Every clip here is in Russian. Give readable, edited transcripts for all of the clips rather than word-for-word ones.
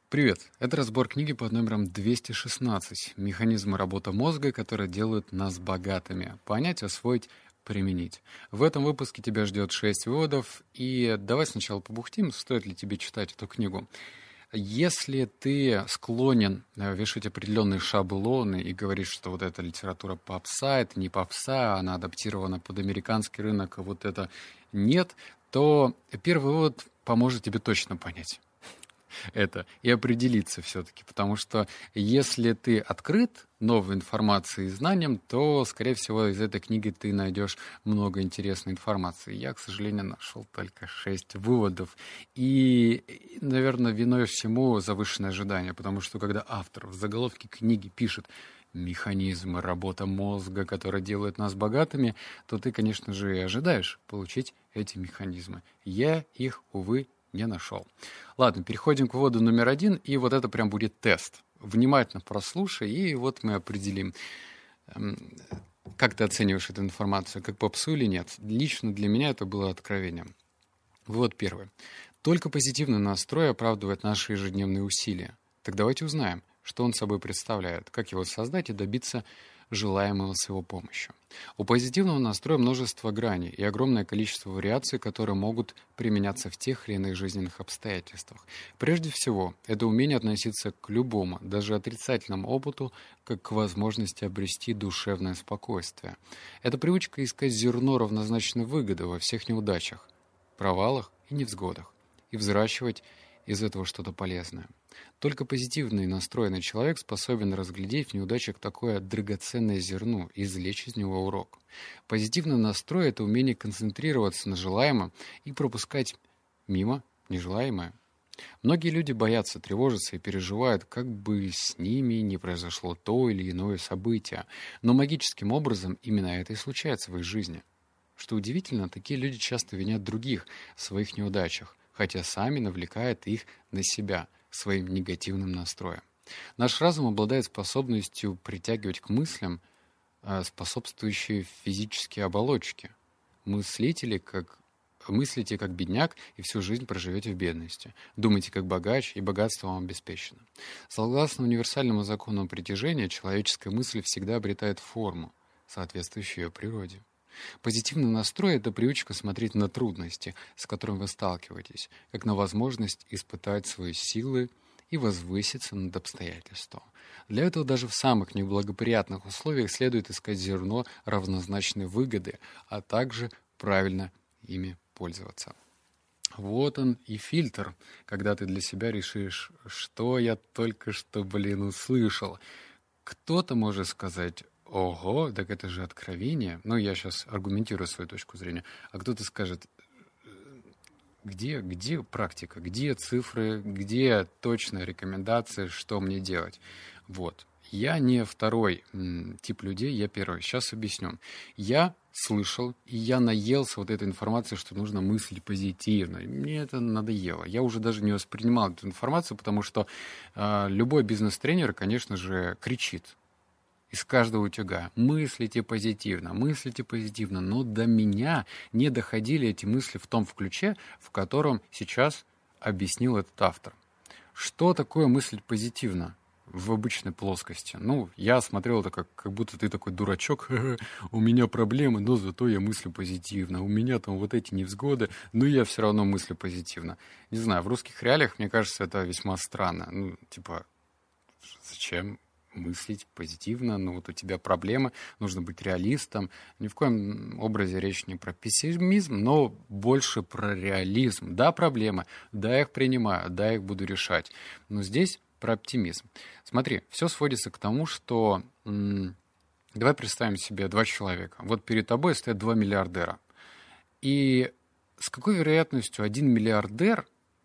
Привет! Это разбор книги под номером 216 «Механизмы работы мозга, которые делают нас богатыми. Понять, освоить, применить». В этом выпуске тебя ждет 6 выводов, и давай сначала побухтим, стоит ли тебе читать эту книгу. Если ты склонен вешать определенные шаблоны и говорить, что вот эта литература попса, это не попса, она адаптирована под американский рынок, а вот это нет, то первый вывод поможет тебе точно понять это и определиться все-таки. Потому что если ты открыт новой информации и знаниям, то, скорее всего, из этой книги ты найдешь много интересной информации. Я, к сожалению, нашел только 6 выводов. И, наверное, виной всему завышенное ожидание, потому что когда автор в заголовке книги пишет «Механизмы работы мозга, которые делают нас богатыми», то ты, конечно же, и ожидаешь получить эти механизмы. Я их, увы, не нашел. Ладно, переходим к выводу номер 1, и вот это прям будет тест. Внимательно прослушай, и вот мы определим, как ты оцениваешь эту информацию, как попсу или нет. Лично для меня это было откровением. Вывод первый. Только позитивный настрой оправдывает наши ежедневные усилия. Так давайте узнаем, что он собой представляет, как его создать и добиться желаемого с его помощью. У позитивного настроя множество граней и огромное количество вариаций, которые могут применяться в тех или иных жизненных обстоятельствах. Прежде всего, это умение относиться к любому, даже отрицательному опыту, как к возможности обрести душевное спокойствие. Это привычка искать зерно равнозначной выгоды во всех неудачах, провалах и невзгодах, и взращивать из этого что-то полезное. Только позитивный настроенный человек способен разглядеть в неудачах такое драгоценное зерно и извлечь из него урок. Позитивный настрой — это умение концентрироваться на желаемом и пропускать мимо нежелаемое. Многие люди боятся, тревожатся и переживают, как бы с ними не произошло то или иное событие. Но магическим образом именно это и случается в их жизни. Что удивительно, такие люди часто винят других в своих неудачах, хотя сами навлекают их на себя своим негативным настроем. Наш разум обладает способностью притягивать к мыслям способствующие физические оболочки. Мыслите как бедняк и всю жизнь проживете в бедности. Думайте как богач, и богатство вам обеспечено. Согласно универсальному закону притяжения, человеческая мысль всегда обретает форму, соответствующую ее природе. Позитивный настрой — это привычка смотреть на трудности, с которыми вы сталкиваетесь, как на возможность испытать свои силы и возвыситься над обстоятельством. Для этого даже в самых неблагоприятных условиях следует искать зерно равнозначной выгоды, а также правильно ими пользоваться. Вот он и фильтр, когда ты для себя решишь, что я только что, услышал. Кто-то может сказать: ого, так это же откровение. Ну, я сейчас аргументирую свою точку зрения. А кто-то скажет: где практика, где цифры, где точная рекомендация, что мне делать? Вот. Я не второй тип людей, я первый. Сейчас объясню. Я слышал, и я наелся вот этой информации, что нужно мыслить позитивно. Мне это надоело. Я уже даже не воспринимал эту информацию, потому что любой бизнес-тренер, конечно же, кричит из каждого утюга: мыслите позитивно, но до меня не доходили эти мысли в том ключе, в котором сейчас объяснил этот автор. Что такое мыслить позитивно в обычной плоскости? Ну, я смотрел это как будто ты такой дурачок: у меня проблемы, но зато я мыслю позитивно, у меня там вот эти невзгоды, но я все равно мыслю позитивно. Не знаю, в русских реалиях, мне кажется, это весьма странно. Ну, типа, зачем мыслить позитивно? Ну, вот у тебя проблемы, нужно быть реалистом. Ни в коем образе речь не про пессимизм, но больше про реализм. Да, проблемы, да, я их принимаю, да, я их буду решать. Но здесь про оптимизм. Смотри, все сводится к тому, что давай представим себе 2 человека. Вот перед тобой стоят 2 миллиардера. И с какой вероятностью 1 миллиардер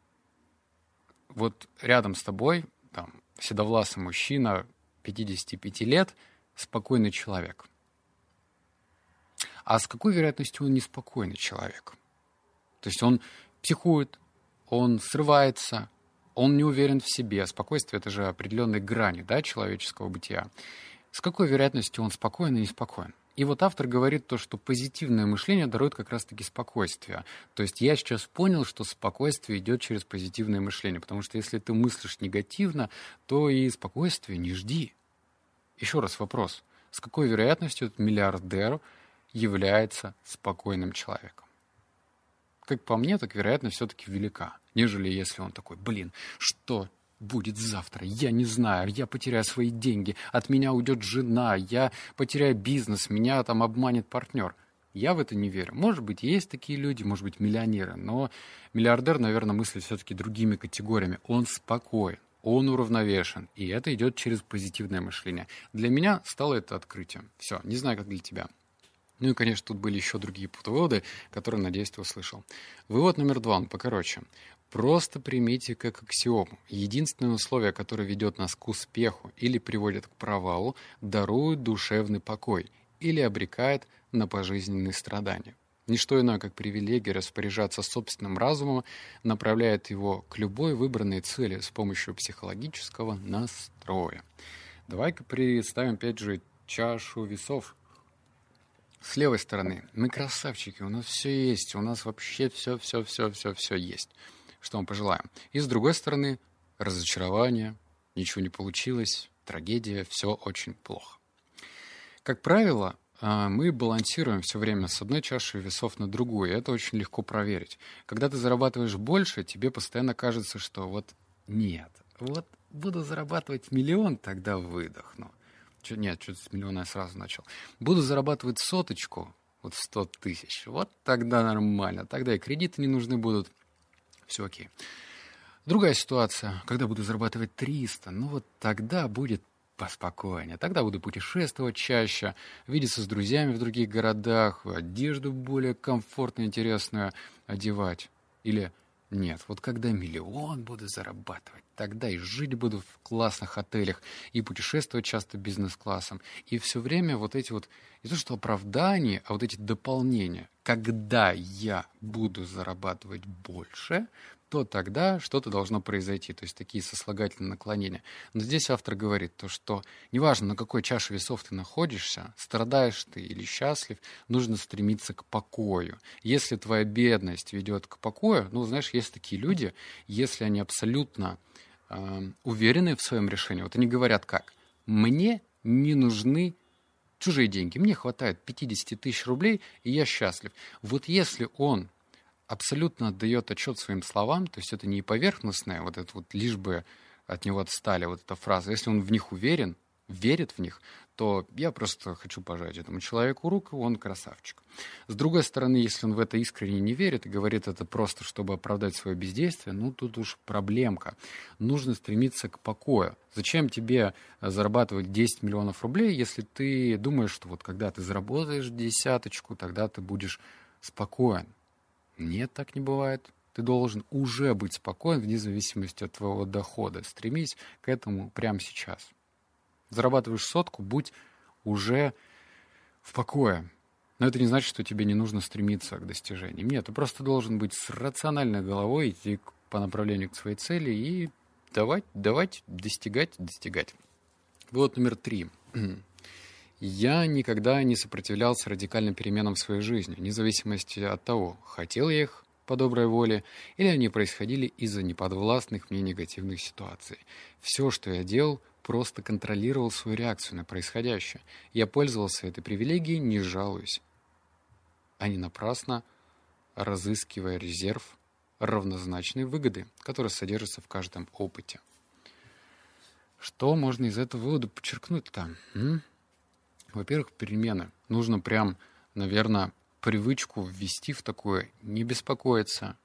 вот рядом с тобой, там, седовласый мужчина, 55 лет, спокойный человек? А с какой вероятностью он неспокойный человек? То есть он психует, он срывается, он не уверен в себе. Спокойствие — это же определенные грани, да, человеческого бытия. С какой вероятностью он спокоен и неспокоен? И вот автор говорит то, что позитивное мышление дарует как раз-таки спокойствие. То есть я сейчас понял, что спокойствие идет через позитивное мышление, потому что если ты мыслишь негативно, то и спокойствия не жди. Еще раз вопрос. С какой вероятностью этот миллиардер является спокойным человеком? Как по мне, так вероятность все-таки велика, нежели если он такой, что будет завтра? Я не знаю, я потеряю свои деньги, от меня уйдет жена, я потеряю бизнес, меня там обманет партнер. Я в это не верю. Может быть, есть такие люди, может быть, миллионеры, но миллиардер, наверное, мыслит все-таки другими категориями. Он спокоен, он уравновешен, и это идет через позитивное мышление. Для меня стало это открытием. Все, не знаю, как для тебя. Ну и, конечно, тут были еще другие выводы, которые, надеюсь, ты услышал. Вывод номер 2, он покороче. Просто примите как аксиому. Единственное условие, которое ведет нас к успеху или приводит к провалу, дарует душевный покой или обрекает на пожизненные страдания. Ничто иное, как привилегия распоряжаться собственным разумом, направляет его к любой выбранной цели с помощью психологического настроя. Давай-ка представим, опять же, чашу весов. С левой стороны мы красавчики, у нас все есть, у нас вообще все есть. Что мы пожелаем. И с другой стороны разочарование, ничего не получилось, трагедия, все очень плохо. Как правило, мы балансируем все время с одной чашей весов на другую, и это очень легко проверить. Когда ты зарабатываешь больше, тебе постоянно кажется, что нет, буду зарабатывать 1 000 000, тогда выдохну. Что-то с миллиона я сразу начал. Буду зарабатывать 100 в 100 000, тогда нормально. Тогда и кредиты не нужны будут. Все окей. Другая ситуация, когда буду зарабатывать 300, тогда будет поспокойнее. Тогда буду путешествовать чаще, видеться с друзьями в других городах, одежду более комфортную, интересную одевать. Или нет, когда 1 000 000 буду зарабатывать, тогда и жить буду в классных отелях, и путешествовать часто бизнес-классом. И все время не то что оправдания, а эти дополнения. Когда я буду зарабатывать больше, то тогда что-то должно произойти. То есть такие сослагательные наклонения. Но здесь автор говорит то, что неважно, на какой чаше весов ты находишься, страдаешь ты или счастлив, нужно стремиться к покою. Если твоя бедность ведет к покою, есть такие люди, если они абсолютно уверены в своем решении, они говорят как? Мне не нужны чужие деньги, мне хватает 50 000 рублей, и я счастлив. Если он абсолютно отдает отчет своим словам, то есть это не поверхностное, лишь бы от него отстали, эта фраза. Если он в них уверен, верит в них, то я просто хочу пожать этому человеку руку, он красавчик. С другой стороны, если он в это искренне не верит и говорит это просто, чтобы оправдать свое бездействие, тут уж проблемка. Нужно стремиться к покою. Зачем тебе зарабатывать 10 миллионов рублей, если ты думаешь, что когда ты заработаешь 10, тогда ты будешь спокоен? Нет, так не бывает. Ты должен уже быть спокоен вне зависимости от твоего дохода. Стремись к этому прямо сейчас. Зарабатываешь 100, будь уже в покое. Но это не значит, что тебе не нужно стремиться к достижениям. Нет, ты просто должен быть с рациональной головой, идти по направлению к своей цели и давать, достигать. Вывод номер 3. Я никогда не сопротивлялся радикальным переменам в своей жизни, вне зависимости от того, хотел я их по доброй воле, или они происходили из-за неподвластных мне негативных ситуаций. Все, что я делал, просто контролировал свою реакцию на происходящее. Я пользовался этой привилегией, не жалуюсь, а не напрасно разыскивая резерв равнозначной выгоды, которая содержится в каждом опыте. Что можно из этого вывода подчеркнуть-то? Во-первых, перемены. Нужно прям, наверное, привычку ввести в такое: не беспокоиться,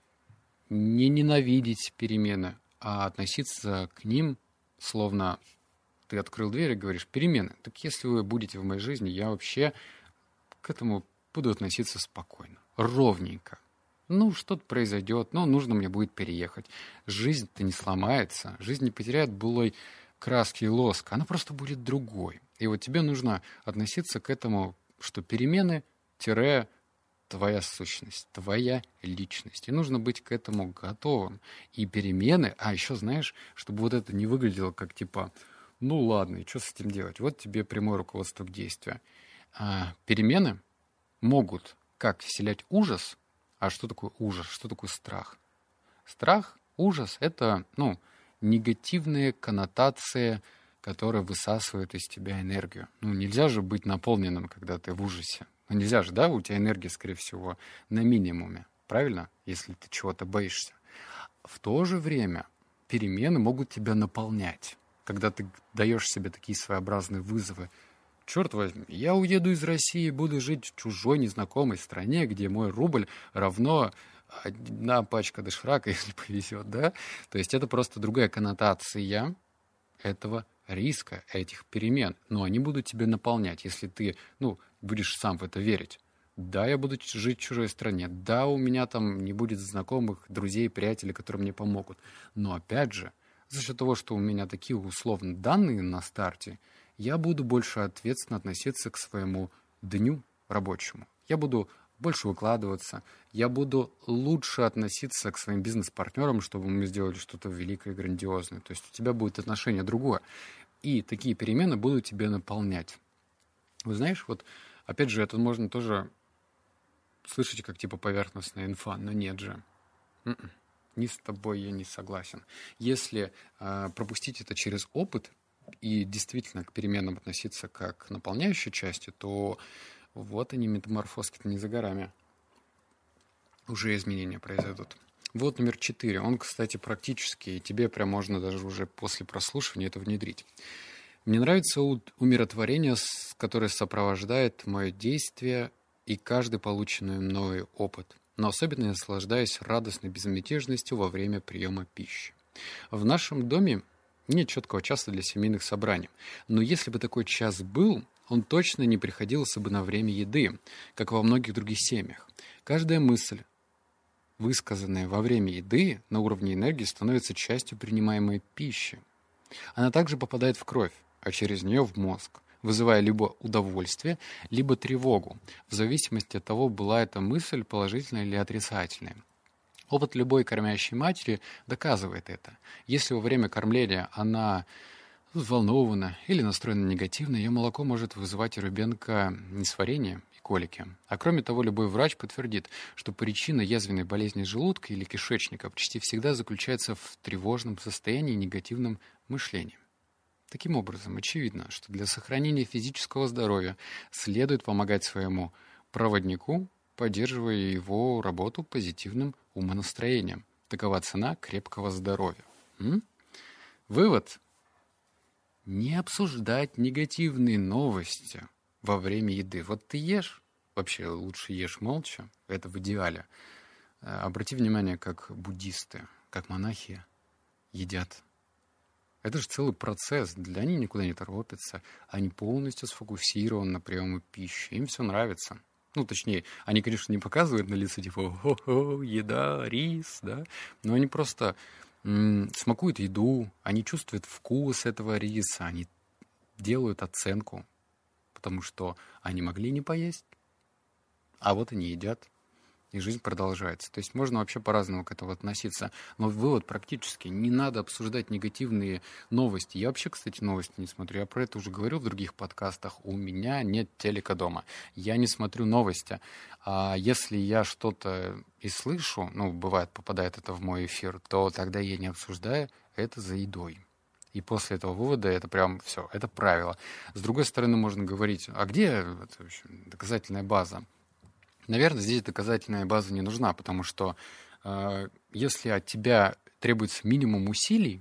не ненавидеть перемены, а относиться к ним, словно ты открыл дверь и говоришь: перемены. Так если вы будете в моей жизни, я вообще к этому буду относиться спокойно, ровненько. Что-то произойдет, нужно мне будет переехать. Жизнь-то не сломается, жизнь не потеряет былой краски и лоска, она просто будет другой. И тебе нужно относиться к этому, что перемены — твоя сущность, твоя личность. И нужно быть к этому готовым. И перемены, еще знаешь, чтобы это не выглядело как ладно, и что с этим делать? Вот тебе прямое руководство к действию. перемены могут как вселять ужас. А что такое ужас? Что такое страх? Страх, ужас — это, негативные коннотации, которые высасывают из тебя энергию. Нельзя же быть наполненным, когда ты в ужасе. Нельзя же, да? У тебя энергия, скорее всего, на минимуме. Правильно? Если ты чего-то боишься. В то же время перемены могут тебя наполнять. Когда ты даешь себе такие своеобразные вызовы. Черт возьми, я уеду из России, буду жить в чужой незнакомой стране, где мой рубль равно 1 пачка доширака, если повезет, да? То есть это просто другая коннотация этого риска, этих перемен. Но они будут тебя наполнять, если ты, будешь сам в это верить. Да, я буду жить в чужой стране. Да, у меня там не будет знакомых, друзей, приятелей, которые мне помогут. Но опять же, за счет того, что у меня такие условно данные на старте, я буду больше ответственно относиться к своему дню рабочему. Я буду больше выкладываться, я буду лучше относиться к своим бизнес-партнерам, чтобы мы сделали что-то великое и грандиозное. То есть у тебя будет отношение другое. И такие перемены будут тебя наполнять. Вы знаешь, опять же, это можно тоже слышать как поверхностная инфа, но нет же. Ни с тобой я не согласен. Если пропустить это через опыт и действительно к переменам относиться как к наполняющей части, то вот они, метаморфозки-то не за горами. Уже изменения произойдут. Вот номер 4. Он, кстати, практический, и тебе прям можно даже уже после прослушивания это внедрить. Мне нравится умиротворение, которое сопровождает мое действие и каждый полученный мною опыт. Но особенно я наслаждаюсь радостной безмятежностью во время приема пищи. В нашем доме нет четкого часа для семейных собраний. Но если бы такой час был, он точно не приходился бы на время еды, как во многих других семьях. Каждая мысль, высказанная во время еды, на уровне энергии становится частью принимаемой пищи. Она также попадает в кровь, а через нее в мозг, вызывая либо удовольствие, либо тревогу, в зависимости от того, была эта мысль положительная или отрицательная. Опыт любой кормящей матери доказывает это. Если во время кормления она взволнована или настроена негативно, ее молоко может вызывать у ребенка несварение и колики. А кроме того, любой врач подтвердит, что причина язвенной болезни желудка или кишечника почти всегда заключается в тревожном состоянии и негативном мышлении. Таким образом, очевидно, что для сохранения физического здоровья следует помогать своему проводнику, поддерживая его работу позитивным умонастроением. Такова цена крепкого здоровья. Вывод. Не обсуждать негативные новости во время еды. Вот ты ешь, вообще лучше ешь молча, это в идеале. Обрати внимание, как буддисты, как монахи едят. Это же целый процесс, они никуда не торопятся, они полностью сфокусированы на приеме пищи, им все нравится. Точнее, они, конечно, не показывают на лице, «Хо-хо, еда, рис», да, но они просто смакуют еду, они чувствуют вкус этого риса, они делают оценку, потому что они могли не поесть, а вот они едят, и жизнь продолжается. То есть можно вообще по-разному к этому относиться. Но вывод практически: не надо обсуждать негативные новости. Я вообще, кстати, новости не смотрю. Я про это уже говорил в других подкастах. У меня нет телека дома. Я не смотрю новости. А если я что-то и слышу, бывает, попадает это в мой эфир, то тогда я не обсуждаю это за едой. И после этого вывода это прям все, это правило. С другой стороны, можно говорить, а где доказательная база? Наверное, здесь доказательная база не нужна, потому что если от тебя требуется минимум усилий,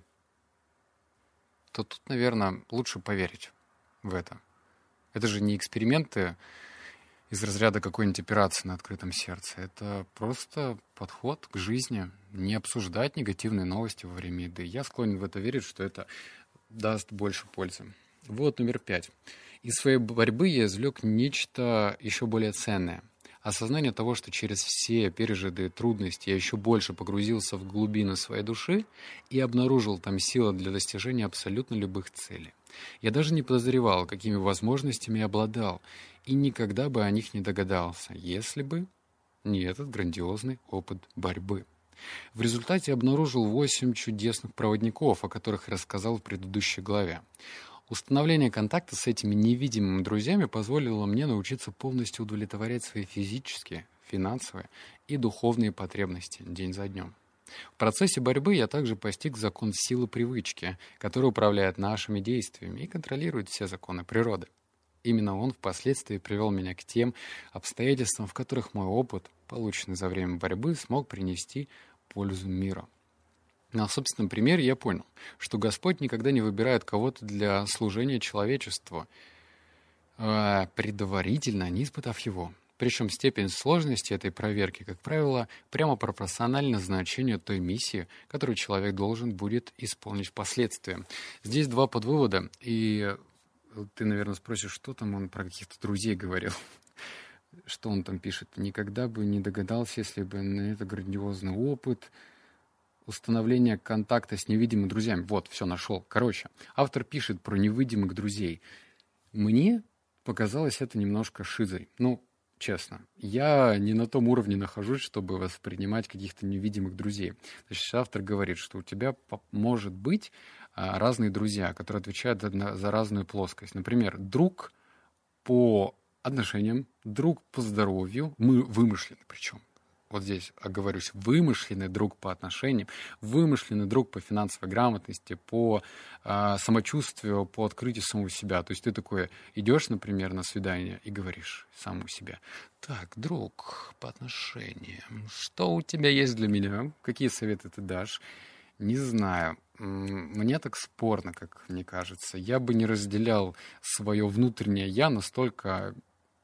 то тут, наверное, лучше поверить в это. Это же не эксперименты из разряда какой-нибудь операции на открытом сердце. Это просто подход к жизни. Не обсуждать негативные новости во время еды. Я склонен в это верить, что это даст больше пользы. Вот номер 5. Из своей борьбы я извлек нечто еще более ценное. Осознание того, что через все пережитые трудности я еще больше погрузился в глубины своей души и обнаружил там силы для достижения абсолютно любых целей. Я даже не подозревал, какими возможностями я обладал, и никогда бы о них не догадался, если бы не этот грандиозный опыт борьбы. В результате я обнаружил 8 чудесных проводников, о которых я рассказал в предыдущей главе. Установление контакта с этими невидимыми друзьями позволило мне научиться полностью удовлетворять свои физические, финансовые и духовные потребности день за днем. В процессе борьбы я также постиг закон силы привычки, который управляет нашими действиями и контролирует все законы природы. Именно он впоследствии привел меня к тем обстоятельствам, в которых мой опыт, полученный за время борьбы, смог принести пользу миру. На собственном примере я понял, что Господь никогда не выбирает кого-то для служения человечеству, предварительно не испытав его. Причем степень сложности этой проверки, как правило, прямо пропорциональна значению той миссии, которую человек должен будет исполнить впоследствии. Здесь два подвывода, и ты, наверное, спросишь, что там он про каких-то друзей говорил. Что он там пишет? Никогда бы не догадался, если бы на это грандиозный опыт установления контакта с невидимыми друзьями. Вот, все нашел. Короче, автор пишет про невидимых друзей. Мне показалось это немножко шизой. Ну, честно, я не на том уровне нахожусь, чтобы воспринимать каких-то невидимых друзей. Значит, автор говорит, что у тебя может быть разные друзья, которые отвечают за разную плоскость. Например, друг по отношениям, друг по здоровью, мы вымышленный причем. Вот здесь оговорюсь, вымышленный друг по отношениям, вымышленный друг по финансовой грамотности, по самочувствию, по открытию самого себя. То есть ты такой идешь, например, на свидание и говоришь самому себе: так, друг по отношениям, что у тебя есть для меня? Какие советы ты дашь? Не знаю. Мне так спорно, как мне кажется. Я бы не разделял свое внутреннее «я» на столько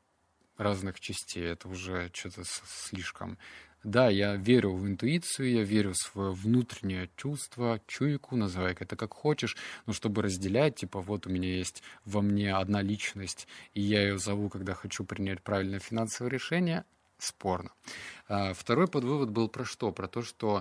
разных частей. Это уже что-то слишком. Да, я верю в интуицию, я верю в свое внутреннее чувство, чуйку, называй это как хочешь, но чтобы разделять, типа, вот у меня есть во мне одна личность, и я ее зову, когда хочу принять правильное финансовое решение, спорно. Второй подвывод был про что? Про то, что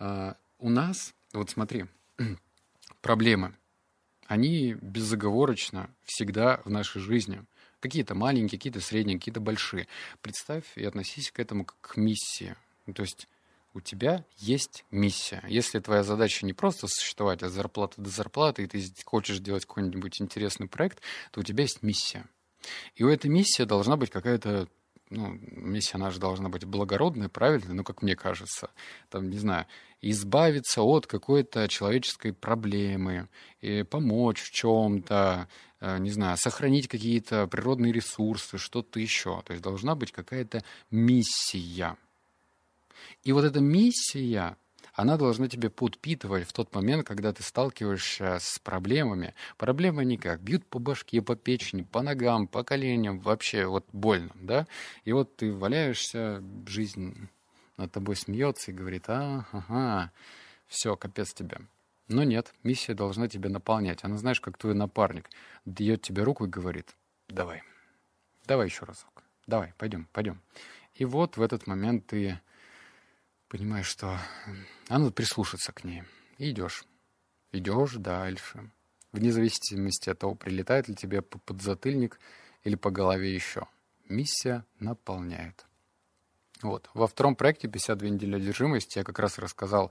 у нас, вот смотри, проблемы, они безоговорочно всегда в нашей жизни. Какие-то маленькие, какие-то средние, какие-то большие. Представь и относись к этому как к миссии. То есть у тебя есть миссия. Если твоя задача не просто существовать от зарплаты до зарплаты, и ты хочешь делать какой-нибудь интересный проект, то у тебя есть миссия. И у этой миссии должна быть какая-то, миссия наша должна быть благородная, правильная, как мне кажется, там, не знаю, избавиться от какой-то человеческой проблемы, и помочь в чем-то, не знаю, сохранить какие-то природные ресурсы, что-то еще. То есть должна быть какая-то миссия. И вот эта миссия, она должна тебя подпитывать в тот момент, когда ты сталкиваешься с проблемами. Проблемы они как? Бьют по башке, по печени, по ногам, по коленям, вообще вот больно, да? И вот ты валяешься, жизнь над тобой смеется и говорит: ага, все, капец тебе. Но нет, миссия должна тебя наполнять. Она, знаешь, как твой напарник, дает тебе руку и говорит: давай еще разок, давай, пойдем. И вот в этот момент ты понимаешь, что надо прислушаться к ней. И идешь дальше. Вне зависимости от того, прилетает ли тебе по подзатыльник или по голове еще. Миссия наполняет. Вот. Во втором проекте «52 недели одержимости» я как раз рассказал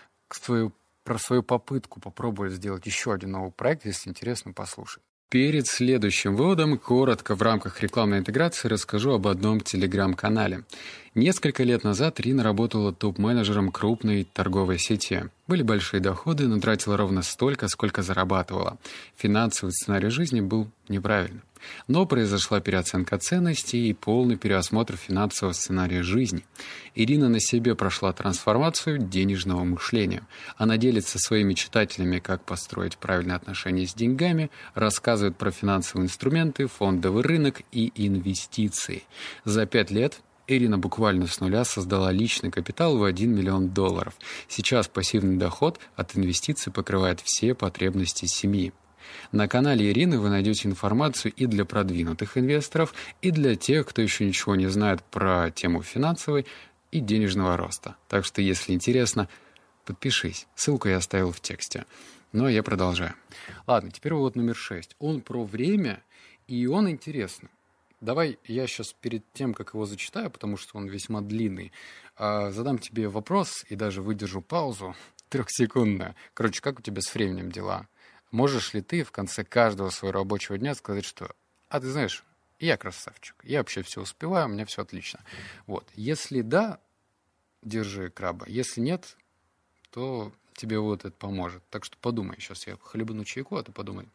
про свою попытку попробовать сделать еще один новый проект. Если интересно, послушай. Перед следующим выводом коротко в рамках рекламной интеграции расскажу об одном телеграм-канале. Несколько лет назад Ирина работала топ-менеджером крупной торговой сети. Были большие доходы, но тратила ровно столько, сколько зарабатывала. Финансовый сценарий жизни был неправильным. Но произошла переоценка ценностей и полный переосмотр финансового сценария жизни. Ирина на себе прошла трансформацию денежного мышления. Она делится своими читателями, как построить правильные отношения с деньгами, рассказывает про финансовые инструменты, фондовый рынок и инвестиции. За 5 лет Ирина буквально с нуля создала личный капитал в $1 миллион. Сейчас пассивный доход от инвестиций покрывает все потребности семьи. На канале Ирины вы найдете информацию и для продвинутых инвесторов, и для тех, кто еще ничего не знает про тему финансовой и денежного роста. Так что, если интересно, подпишись. Ссылку я оставил в тексте. Ну, а я продолжаю. Ладно, теперь вывод номер 6. Он про время, и он интересный. Давай я сейчас перед тем, как его зачитаю, потому что он весьма длинный, задам тебе вопрос и даже выдержу паузу 3-секундную. Короче, как у тебя с временем дела? Можешь ли ты в конце каждого своего рабочего дня сказать, что «А ты знаешь, я красавчик, я вообще все успеваю, у меня все отлично». Вот. Если да, держи краба. Если нет, то тебе вот это поможет. Так что подумай. Сейчас я хлебну чайку, а ты подумай.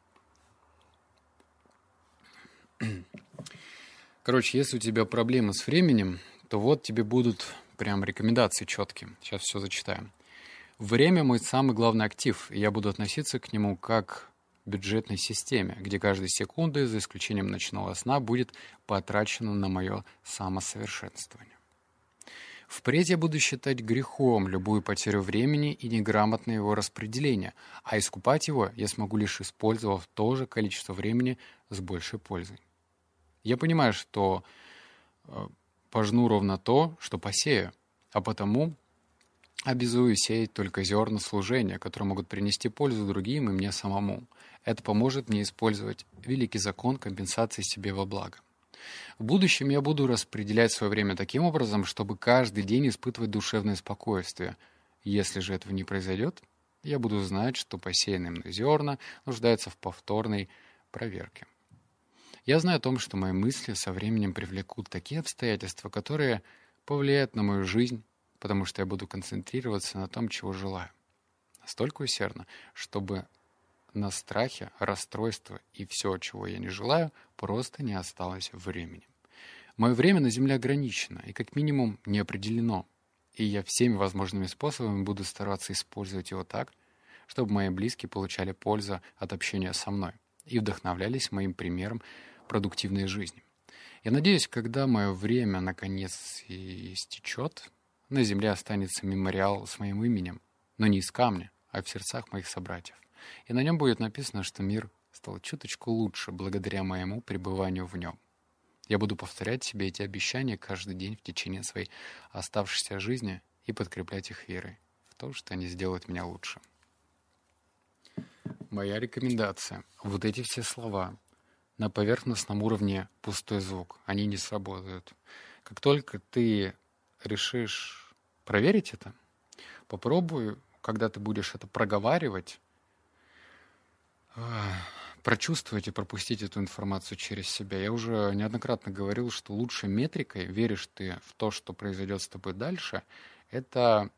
Короче, если у тебя проблемы с временем, то вот тебе будут прям рекомендации четкие. Сейчас все зачитаем. Время — мой самый главный актив, и я буду относиться к нему как к бюджетной системе, где каждая секунда, за исключением ночного сна, будет потрачена на мое самосовершенствование. Впредь я буду считать грехом любую потерю времени и неграмотное его распределение, а искупать его я смогу лишь использовав то же количество времени с большей пользой. Я понимаю, что пожну ровно то, что посею, а потому обязую сеять только зерна служения, которые могут принести пользу другим и мне самому. Это поможет мне использовать великий закон компенсации себе во благо. В будущем я буду распределять свое время таким образом, чтобы каждый день испытывать душевное спокойствие. Если же этого не произойдет, я буду знать, что посеянные мной зерна нуждаются в повторной проверке. Я знаю о том, что мои мысли со временем привлекут такие обстоятельства, которые повлияют на мою жизнь, потому что я буду концентрироваться на том, чего желаю. Настолько усердно, чтобы на страхе, расстройство и все, чего я не желаю, просто не осталось времени. Мое время на Земле ограничено и как минимум не определено, и я всеми возможными способами буду стараться использовать его так, чтобы мои близкие получали пользу от общения со мной и вдохновлялись моим примером продуктивной жизни. Я надеюсь, когда мое время наконец истечет, на Земле останется мемориал с моим именем, но не из камня, а в сердцах моих собратьев. И на нем будет написано, что мир стал чуточку лучше благодаря моему пребыванию в нем. Я буду повторять себе эти обещания каждый день в течение своей оставшейся жизни и подкреплять их верой в то, что они сделают меня лучше. Моя рекомендация. Вот эти все слова на поверхностном уровне пустой звук. Они не сработают. Как только ты решишь проверить это, попробуй, когда ты будешь это проговаривать, прочувствовать и пропустить эту информацию через себя. Я уже неоднократно говорил, что лучшей метрикой, веришь ты в то, что произойдет с тобой дальше, это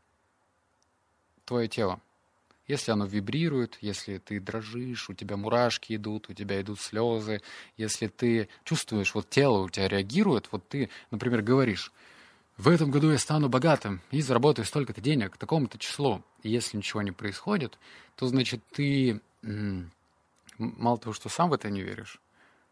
твое тело. Если оно вибрирует, если ты дрожишь, у тебя мурашки идут, у тебя идут слезы, если ты чувствуешь, вот тело у тебя реагирует, вот ты, например, говоришь: в этом году я стану богатым и заработаю столько-то денег к такому-то числу. И если ничего не происходит, то, значит, ты мало того, что сам в это не веришь,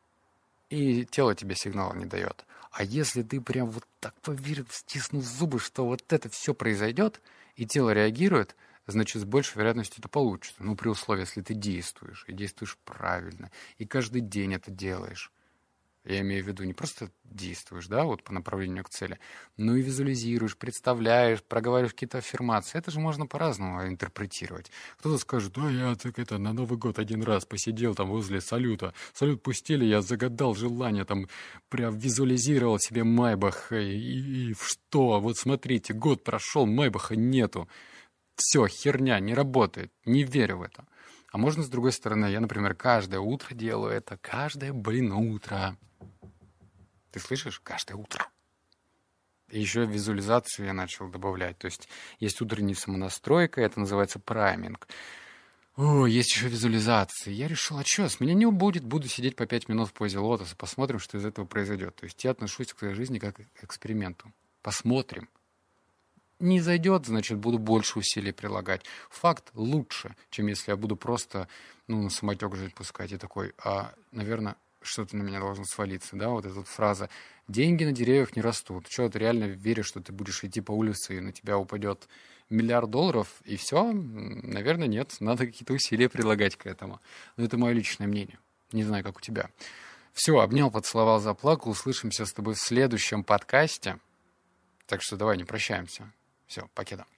и тело тебе сигнала не дает. А если ты прям вот так поверил, стиснув зубы, что вот это все произойдет, и тело реагирует, значит, с большей вероятностью это получится. Ну, при условии, если ты действуешь, и действуешь правильно, и каждый день это делаешь. Я имею в виду, не просто действуешь, да, вот по направлению к цели, но и визуализируешь, представляешь, проговариваешь какие-то аффирмации. Это же можно по-разному интерпретировать. Кто-то скажет: да, я так это на Новый год один раз посидел там возле салюта. Салют пустили, я загадал желание, там прям визуализировал себе Майбах. И что? Вот смотрите, год прошел, Майбаха нету. Все, херня, не работает, не верю в это. А можно с другой стороны, я, например, каждое утро делаю это, каждое, утро. Ты слышишь? Каждое утро. И еще визуализацию я начал добавлять. То есть утренняя самонастройка, это называется прайминг. Есть еще визуализации. Я решил, а что, с меня не убудет, буду сидеть по 5 минут в позе лотоса, посмотрим, что из этого произойдет. То есть я отношусь к своей жизни как к эксперименту. Посмотрим. Не зайдет, значит, буду больше усилий прилагать. Факт лучше, чем если я буду просто, на самотек жить пускать. И такой, наверное, что-то на меня должно свалиться, да, вот эта вот фраза: деньги на деревьях не растут. Что, ты реально веришь, что ты будешь идти по улице, и на тебя упадет $1 миллиард, и все? Наверное, нет. Надо какие-то усилия прилагать к этому. Но это мое личное мнение. Не знаю, как у тебя. Все, обнял, поцеловал, заплакал. Услышимся с тобой в следующем подкасте. Так что давай, не прощаемся. Все, покеда.